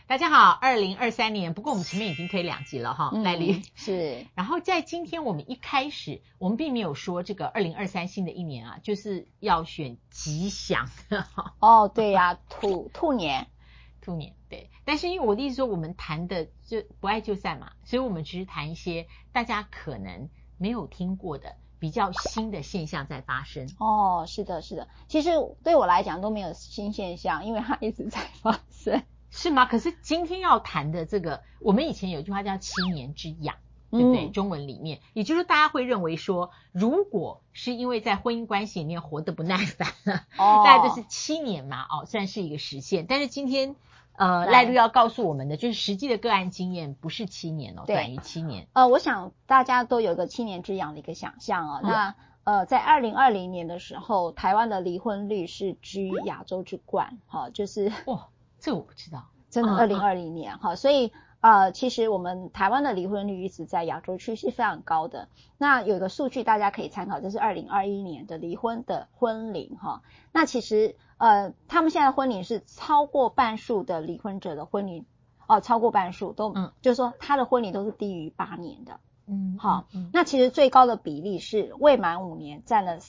大家好，2023年，不过我们前面已经推2集了哈，赖律是。 然后在今天我们一开始，我们并没有说这个2023新的一年啊，就是要选吉祥的哈。 哦，对呀，兔年， 对。但是因为我的意思说，我们谈的就不爱就散嘛，所以我们只是谈一些大家可能没有听过的比较新的现象在发生。 哦，是的，是的。其实对我来讲都没有新现象，因为它一直在发生。 是吗？可是今天要谈的这个，我们以前有一句话叫7年之痒，对不对？中文里面，也就是大家会认为说，如果是因为在婚姻关系里面活得不耐烦了，大概就是7年嘛，算是一个时限。但是今天赖律要告诉我们的，就是实际的个案经验不是7年哦，短于7年。 我想大家都有个7年之痒的一个想象哦。那在2020年的时候，台湾的离婚率是居亚洲之冠，就是哇。这我不知道， 真的2020年哈，所以其实我们台湾的离婚率一直在亚洲区是非常高的。那有一个数据大家可以参考，这是2021年的离婚的婚龄哈。那其实他们现在的婚龄是超过半数的离婚者的婚龄超过半数都就是说他的婚龄都是低于8年的。好，那其实最高的比例是未满5年占了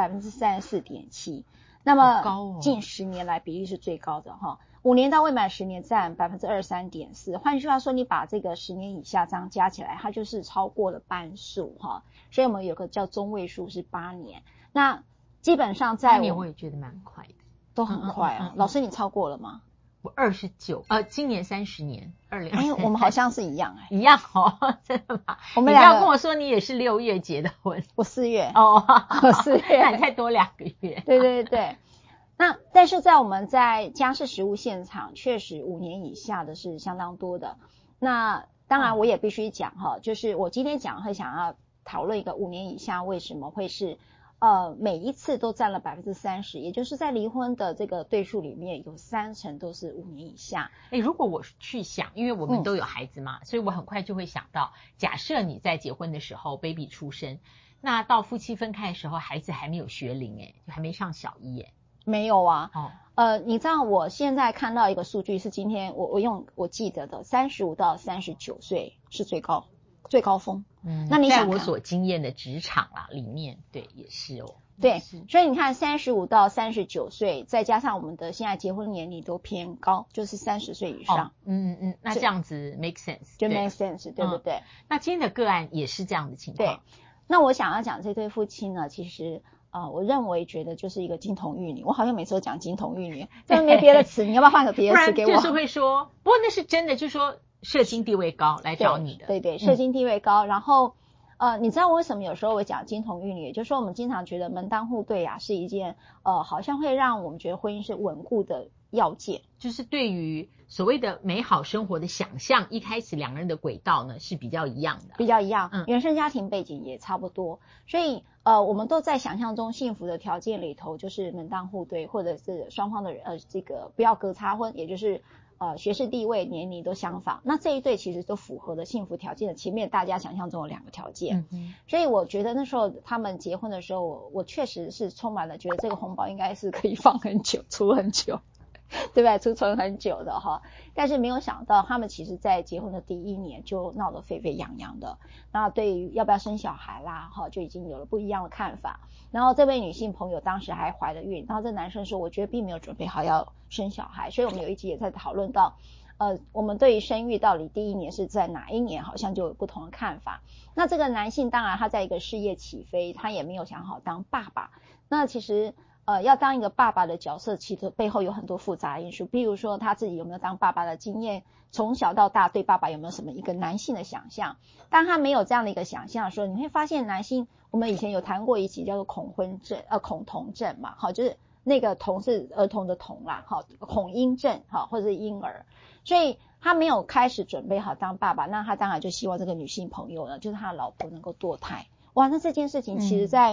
34.7%，那么近10年来比例是最高的哈。5年到未满10年占 23.4%， 换句话说，你把这个10年以下这样加起来，它就是超过了半数哈。所以我们有个叫中位数是8年，那基本上在 8年我也觉得蛮快的， 都很快啊。老师你超过了吗？ 我29，今年30年，2023。 我们好像是一样一样哦，真的吗？ 我们你不要跟我说你也是6月结的婚， 我4月哦， 我4月， 那你再多2个月。 对对对。那但是在我们在家事实务现场，确实5年以下的是相当多的。那当然我也必须讲哈，就是我今天讲会想要讨论一个5年以下为什么会是每一次都占了 30%， 也就是在离婚的这个对数里面有30%都是5年以下。 如果我去想，因为我们都有孩子嘛，所以我很快就会想到，假设你在结婚的时候 baby 出生，那到夫妻分开的时候孩子还没有学龄就还没上小一没有啊。你知道我现在看到一个数据是今天我记得的，35到39岁是最高峰。那你想在我所经验的职场里面，对，也是哦。 对，所以你看35到39岁，再加上我们的现在结婚年龄都偏高，就是30岁以上。 那这样子 make sense， 就 make sense， 对不对？ 那今天的个案也是这样的情况。 对，那我想要讲这对夫妻呢，其实我觉得就是一个金童玉女。我好像每次都讲金童玉女，这没别的词，你要不要换个别的词给我？ 不然就是会说，不过那是真的，就是说社经地位高来找你的。 对，社经地位高。然后你知道我为什么有时候我讲金童玉女，也就是说我们经常觉得门当户对是一件好像会让我们觉得婚姻是稳固的要件， 就是对于所谓的美好生活的想象，一开始2个人的轨道呢是比较一样的， 原生家庭背景也差不多，所以我们都在想象中幸福的条件里头，就是门当户对，或者是双方的这个不要隔差婚，也就是学识地位年龄都相仿。那这一对其实都符合了幸福条件的前面大家想象中的2个条件。所以我觉得那时候他们结婚的时候，我确实是充满了觉得这个红包应该是可以放很久出很久，对不对？储存很久的哈。但是没有想到他们其实在结婚的第1年就闹得沸沸扬扬的，那对于要不要生小孩啦就已经有了不一样的看法。然后这位女性朋友当时还怀了孕，然后这男生说我觉得并没有准备好要生小孩。所以我们有一集也在讨论到我们对于生育到底第1年是在哪一年好像就有不同的看法。那这个男性当然他在一个事业起飞，他也没有想好当爸爸。那其实要当一个爸爸的角色，其实背后有很多复杂因素，比如说他自己有没有当爸爸的经验，从小到大对爸爸有没有什么一个男性的想象。当他没有这样的一个想象的时候，你会发现男性，我们以前有谈过一集叫做恐同症嘛，就是那个童是儿童的童啦，恐婴症或者是婴儿，所以他没有开始准备好当爸爸，那他当然就希望这个女性朋友呢，就是他的老婆能够堕胎。哇，那这件事情其实在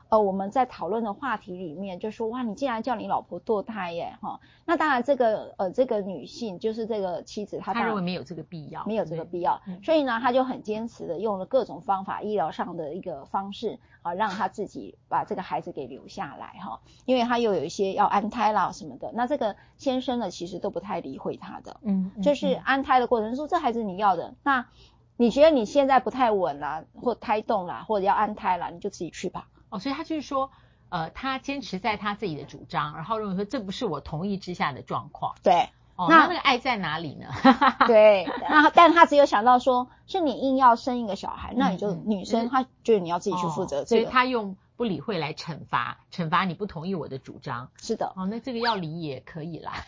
我们在讨论的话题里面就说，哇，你竟然叫你老婆堕胎耶齁。那当然这个女性就是这个妻子，她认为没有这个必要， 没有这个必要，所以呢她就很坚持的用了各种方法，医疗上的一个方式让她自己把这个孩子给留下来齁。因为她又有一些要安胎啦什么的，那这个先生呢其实都不太理会她的，就是安胎的过程说这孩子你要的，那你觉得你现在不太稳啦，或胎动啦，或者要安胎啦，你就自己去吧。 所以他就是说他坚持在他自己的主张，然后认为说这不是我同意之下的状况。 对， 那个爱在哪里呢？ 对，但他只有想到说是你硬要生一个小孩，那你就女生她觉得你要自己去负责， 所以他用不理会来惩罚你不同意我的主张。 是的。 那这个要理也可以啦。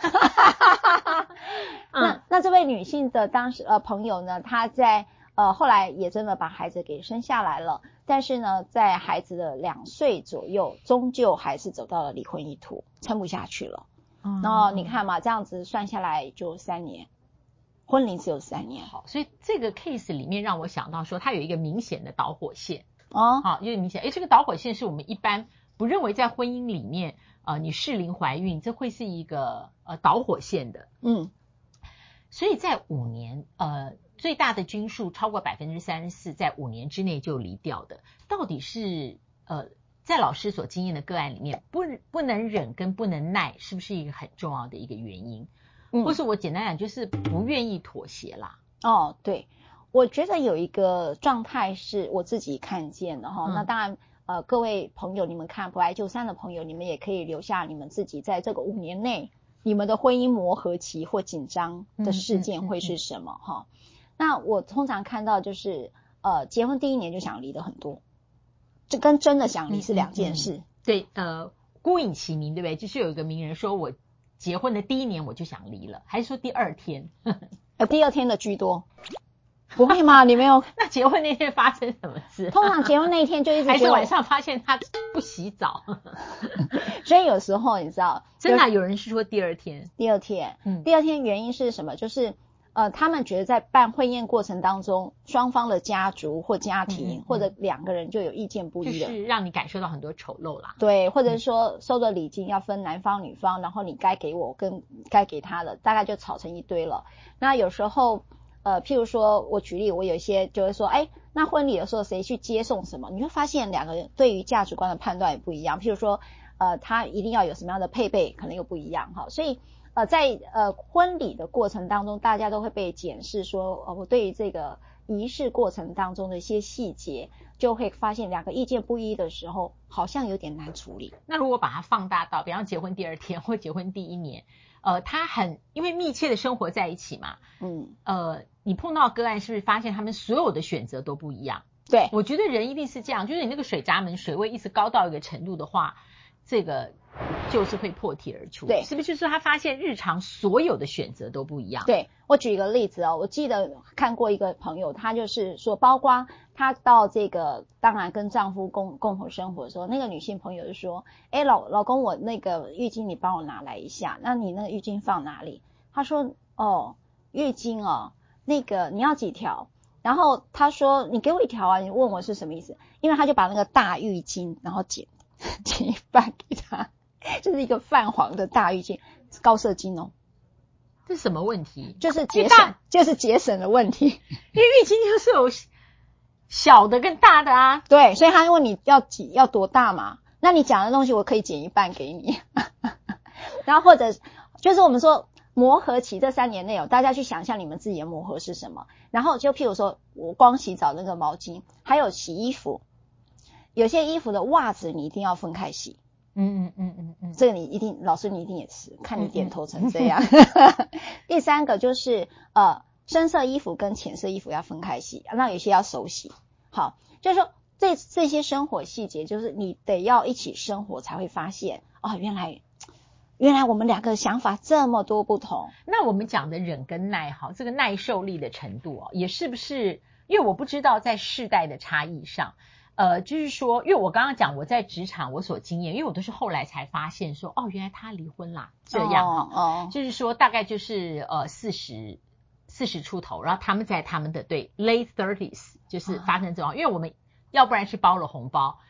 那这位女性的当时朋友呢，她在后来也真的把孩子给生下来了，但是呢在孩子的2岁左右终究还是走到了离婚一途，撑不下去了。然后你看嘛，这样子算下来就3年，婚龄只有3年。 好，所以这个 case 里面让我想到说它有一个明显的导火线。好，就是明显这个导火线是我们一般不认为在婚姻里面你适龄怀孕这会是一个导火线的。所以在5年最大的均数超过 34% 在5年之内就离掉的，到底是在老师所经验的个案里面不能忍跟不能耐是不是一个很重要的一个原因？或是我简单讲就是不愿意妥协啦。 对，我觉得有一个状态是我自己看见的那当然各位朋友，你们看不爱就散的朋友，你们也可以留下你们自己在这个5年内你们的婚姻磨合期或紧张的事件会是什么那我通常看到就是结婚第1年就想离的很多，这跟真的想离是2件事。 对，孤影其名，对不对？就是有一个名人说我结婚的第1年我就想离了，还是说第2天？ 第2天的居多。不会吗？你没有？ 那结婚那天发生什么事？ 通常结婚那一天就一直还是晚上发现他不洗澡。 所以有时候你知道， 真的有人是说第2天。 第2天，第2天原因是什么？就是他们觉得在办婚宴过程当中，双方的家族或家庭或者2个人就有意见不一的， 就是让你感受到很多丑陋啦。 对，或者说收的礼金要分男方女方，然后你该给我跟该给他的，大概就吵成一堆了。那有时候譬如说我举例，我有一些就会说那婚礼的时候谁去接送什么，你会发现2个人对于价值观的判断也不一样。譬如说他一定要有什么样的配备可能又不一样所以在婚礼的过程当中，大家都会被检视说我对于这个仪式过程当中的一些细节，就会发现2个意见不一的时候好像有点难处理。 那如果把它放大到比方结婚第2天或结婚第1年他因为密切的生活在一起嘛，你碰到个案是不是发现他们所有的选择都不一样？ 对， 我觉得人一定是这样，就是你那个水闸门水位一直高到一个程度的话，这个就是会破体而出。 对， 是不是就是他发现日常所有的选择都不一样？ 对，我举一个例子我记得看过一个朋友，他就是说包括他到这个当然跟丈夫共同生活的时候，那个女性朋友就说老公我那个浴巾你帮我拿来一下，那你那个浴巾放哪里？他说浴巾那个你要几条？然后他说你给我1条啊，你问我是什么意思？因为他就把那个大浴巾然后剪一半给他，就是一个泛黄的大浴巾，高射巾这是什么问题？ 就是节省的问题。 因为浴巾就是有小的跟大的啊。 对，所以他问你要多大嘛？那你讲的东西我可以剪一半给你。然后或者就是我们说磨合期这3年内大家去想象你们自己的磨合是什么。然后就譬如说我光洗澡那个毛巾，还有洗衣服，有些衣服的袜子你一定要分开洗。这个你一定老师你一定也是看你点头成这样。第3个就是深色衣服跟浅色衣服要分开洗，那有些要手洗。好，就是说这些生活细节，就是你得要一起生活才会发现原来我们2个想法这么多不同。 那我们讲的忍跟耐这个耐受力的程度也是不是，因为我不知道在世代的差异上就是说，因为我刚刚讲我在职场我所经验，因为我都是后来才发现说原来他离婚啦这样就是说大概就是40出头，然后他们在他们的对 late 30s 就是发生这种因为我们要不然是包了红包，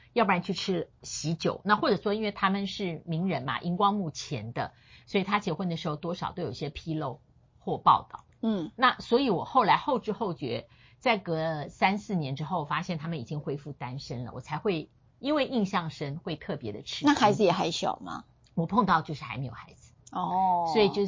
要不然去吃喜酒，那或者说因为他们是名人嘛，荧光幕前的，所以他结婚的时候多少都有一些披露或报道。那所以我后来后知后觉，在隔3-4年之后发现他们已经恢复单身了，我才会因为印象深会特别的吃惊。 那孩子也还小吗？ 我碰到就是还没有孩子。所以就是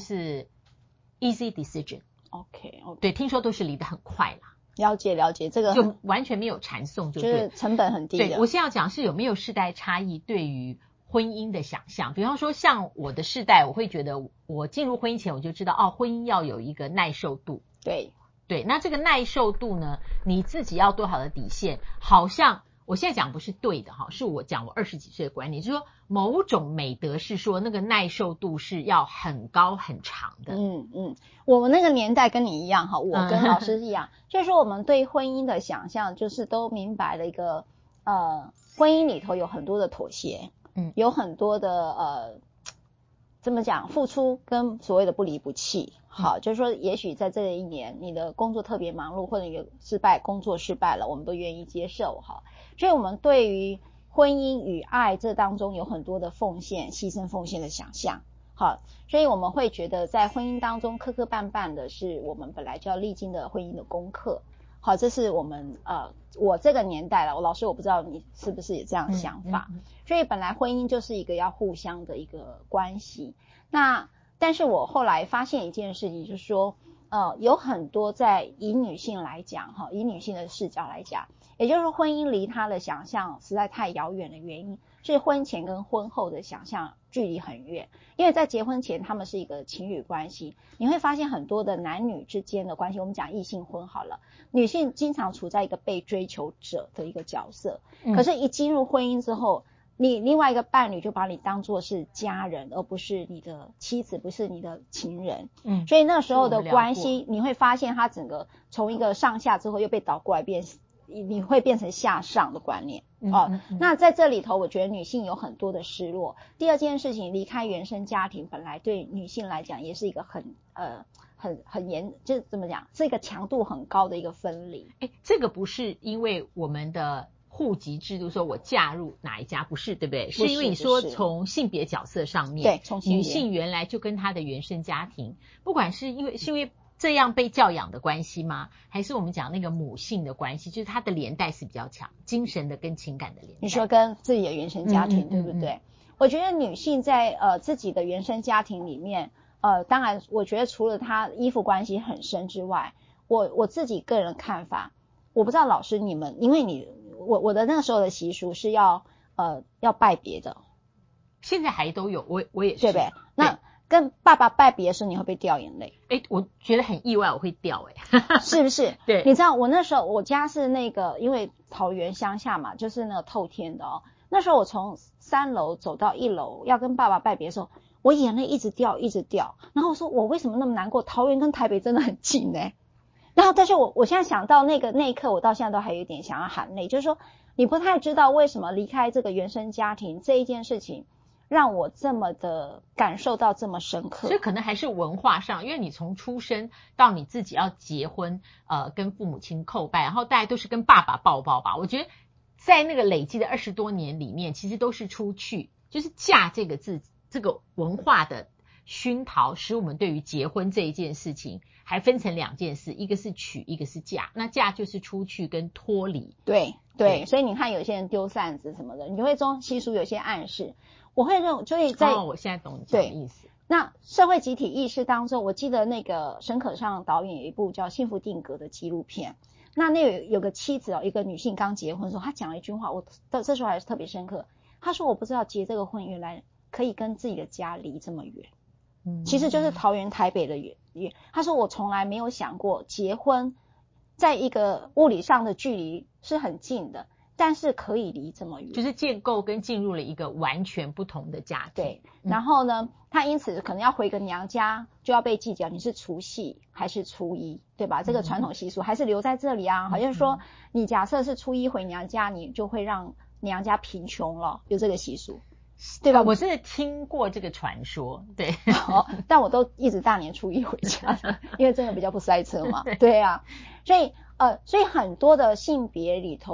easy decision。OK， 对，听说都是离得很快啦。 了解了解，这个就完全没有传送， 就是成本很低的。 对，我现在要讲是有没有世代差异对于婚姻的想象。比方说像我的世代，我会觉得我进入婚姻前我就知道婚姻要有一个耐受度。对，那这个耐受度呢，你自己要多少的底线，好像我现在讲不是对的是我讲我20几岁的观念，就是说某种美德是说那个耐受度是要很高很长的。 我们那个年代跟你一样我跟老师一样，就是说我们对婚姻的想象就是都明白了一个婚姻里头有很多的妥协，有很多的怎么讲，付出跟所谓的不离不弃。好，就是说也许在这一年你的工作特别忙碌，或者你的工作失败了，我们都愿意接受。所以我们对于婚姻与爱这当中有很多的奉献、牺牲奉献的想象。好，所以我们会觉得在婚姻当中磕磕绊绊的是我们本来就要历经的婚姻的功课。好，这是我们我这个年代了，老师我不知道你是不是也这样想法。所以本来婚姻就是一个要互相的一个关系。但是我后来发现一件事情，就是说有很多以女性来讲以女性的视角来讲，也就是说婚姻离她的想象实在太遥远的原因是婚前跟婚后的想象距离很远。因为在结婚前他们是一个情侣关系，你会发现很多的男女之间的关系，我们讲异性婚好了，女性经常处在一个被追求者的一个角色。可是一进入婚姻之后，你另外一个伴侣就把你当作是家人，而不是你的妻子，不是你的情人。所以那时候的关系你会发现它整个从一个上下之后又被倒过来你会变成下上的观念。那在这里头我觉得女性有很多的失落。第二件事情，离开原生家庭本来对女性来讲也是一个很就是怎么讲，是一个强度很高的一个分离。 这个不是因为我们的户籍制度说我嫁入哪一家，不是，对不对？是因为你说从性别角色上面， 对，从性别， 女性原来就跟她的原生家庭，不管是因为这样被教养的关系吗？还是我们讲那个母性的关系，就是她的连带是比较强，精神的跟情感的连带。 你说跟自己的原生家庭，对不对？我觉得女性在自己的原生家庭里面，当然我觉得除了她依附关系很深之外，我自己个人看法，我不知道老师你们，因为我的那个时候的习俗是要拜别的， 现在还都有，我也是， 对不对？那跟爸爸拜别的时候，你会不会掉眼泪？ 我觉得很意外，我会掉是不是？ 对， 你知道我那时候我家是那个，因为桃园乡下嘛，就是那个透天的那时候我从3楼走到1楼要跟爸爸拜别的时候，我眼泪一直掉，然后我说我为什么那么难过？桃园跟台北真的很近然后但是我现在想到那一刻，我到现在都还有一点想要含泪，就是说你不太知道为什么离开这个原生家庭这一件事情让我这么的感受到这么深刻。 所以可能还是文化上，因为你从出生到你自己要结婚跟父母亲叩拜，然后大家都是跟爸爸抱抱吧。我觉得在那个累积的20多年里面，其实都是出去，就是嫁这个字，这个文化的熏陶使我们对于结婚这一件事情还分成2件事，一个是娶，一个是嫁。那嫁就是出去跟脱离。 对，所以你看有些人丢扇子什么的，你就会中习俗有些暗示。我会认为，所以我现在懂你讲的意思。 那社会集体意识当中，我记得那个沈可尚导演有一部叫《幸福定格》的纪录片。那有个妻子一个女性刚结婚的时候，她讲了一句话，我到这时候还是特别深刻。她说：“我不知道结这个婚原来可以跟自己的家离这么远。”其实就是桃园台北的远。她说：“我从来没有想过结婚在一个物理上的距离是很近的。”但是可以离这么远， 就是建构跟进入了一个完全不同的家庭。 对，然后呢，他因此可能要回个娘家，就要被计较你是除夕还是初一，对吧？这个传统习俗还是留在这里啊。好像说你假设是初一回娘家，你就会让娘家贫穷了，有这个习俗，对吧？ 我是听过这个传说，对。 但我都一直大年初一回家，因为真的比较不塞车嘛。对啊，所以很多的性别里头。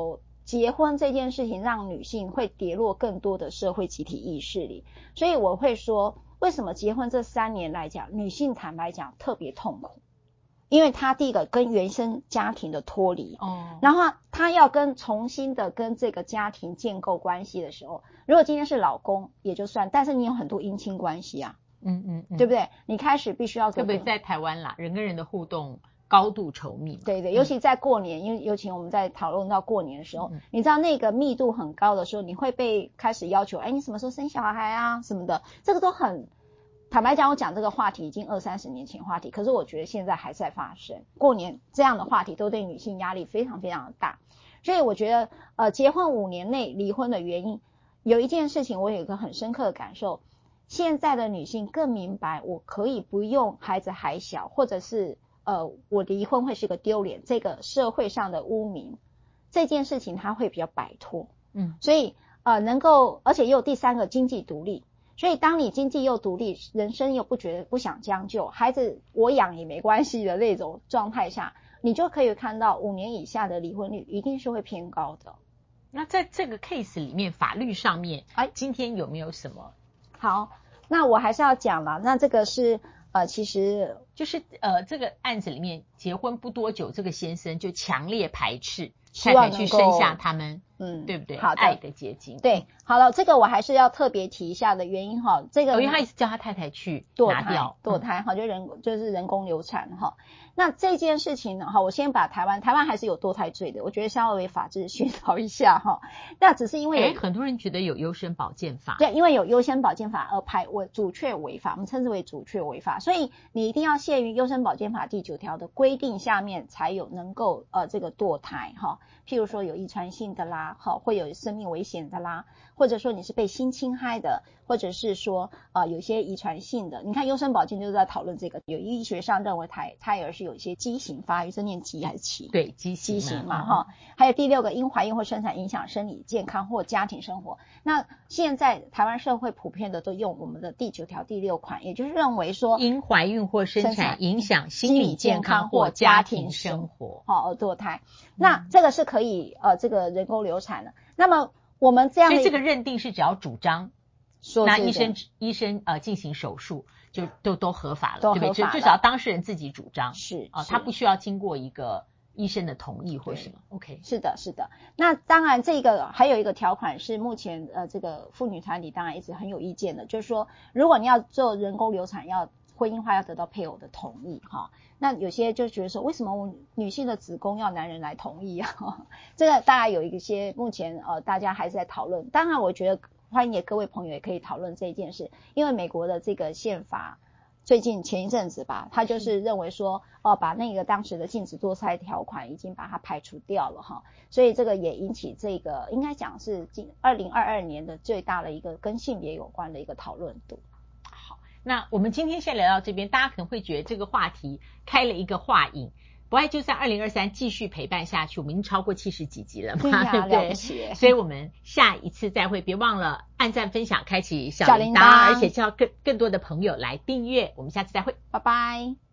结婚这件事情让女性会跌落更多的社会集体意识里，所以我会说为什么结婚这3年来讲，女性坦白讲特别痛苦，因为她第一个跟原生家庭的脱离，然后她要重新的跟这个家庭建构关系的时候，如果今天是老公也就算，但是你有很多姻亲关系啊，对不对？你开始必须要特别在台湾啦，人跟人的互动高度稠密， 对对，尤其在过年，因为尤其我们在讨论到过年的时候，你知道那个密度很高的时候，你会被开始要求，你什么时候生小孩啊什么的，这个都很坦白讲，我讲这个话题已经20-30年前话题，可是我觉得现在还在发生。过年这样的话题都对女性压力非常非常的大，所以我觉得结婚5年内离婚的原因，有一件事情我有一个很深刻的感受，现在的女性更明白，我可以不用孩子还小，或者是我离婚会是个丢脸，这个社会上的污名，这件事情她会比较摆脱。所以能够，而且又有第3个经济独立。所以当你经济又独立，人生又不想将就，孩子我养也没关系的那种状态下，你就可以看到5年以下的离婚率一定是会偏高的。 那在这个 case 里面，法律上面，今天有没有什么？ 好，那我还是要讲啦。那这个是其实就是这个案子里面，结婚不多久，这个先生就强烈排斥太太去生下他们，对不对？ 好的， 爱的结晶。 对，好了，这个我还是要特别提一下的原因哈，这个因为他一直叫他太太去拿掉堕胎哈，就是人工流产哈。那这件事情呢哈，我先把台湾还是有堕胎罪的，我觉得稍微法制宣导一下哈。那只是因为很多人觉得有优生保健法， 对，因为有优生保健法而阻却违法，我们称之为阻却违法，所以你一定要限于优生保健法第9条的规定下面才有能够这个堕胎哈。譬如说有遗传性的啦，会有生命危险的啦，或者说你是被性侵害的，或者是说有些遗传性的。你看优生保健就是在讨论这个，有医学上认为胎儿是有一些畸形发育，是念畸还是畸？ 对，畸形嘛哈。还有第6个，因怀孕或生产影响生理健康或家庭生活。那现在台湾社会普遍的都用我们的第9条第6款，也就是认为说因怀孕或生产影响心理健康或家庭生活而堕胎。那这个是可以这个人工流产的。那么我们这样的， 所以这个认定是只要主张那医生进行手术就都合法了，对不对？就至少当事人自己主张是他不需要经过一个医生的同意或什么。OK， 是的。那当然这个还有一个条款是目前这个妇女团体当然一直很有意见的，就是说如果你要做人工流产，要婚姻化要得到配偶的同意哈。那有些就觉得说为什么女性的子宫要男人来同意啊？这个大概有一些目前大家还是在讨论。当然我觉得欢迎各位朋友也可以讨论这件事，因为美国的这个宪法最近前一阵子吧，他就是认为说把那个当时的禁止堕胎条款已经把它排除掉了哈，所以这个也引起这个应该讲是2022年的最大的一个跟性别有关的一个讨论度。 好，那我们今天先聊到这边，大家可能会觉得这个话题开了一个话引，不爱就算2023继续陪伴下去，我们已经超过70几集了嘛，对不对？所以我们下一次再会，别忘了按赞分享开启小铃铛，而且叫更多的朋友来订阅，我们下次再会， 拜拜。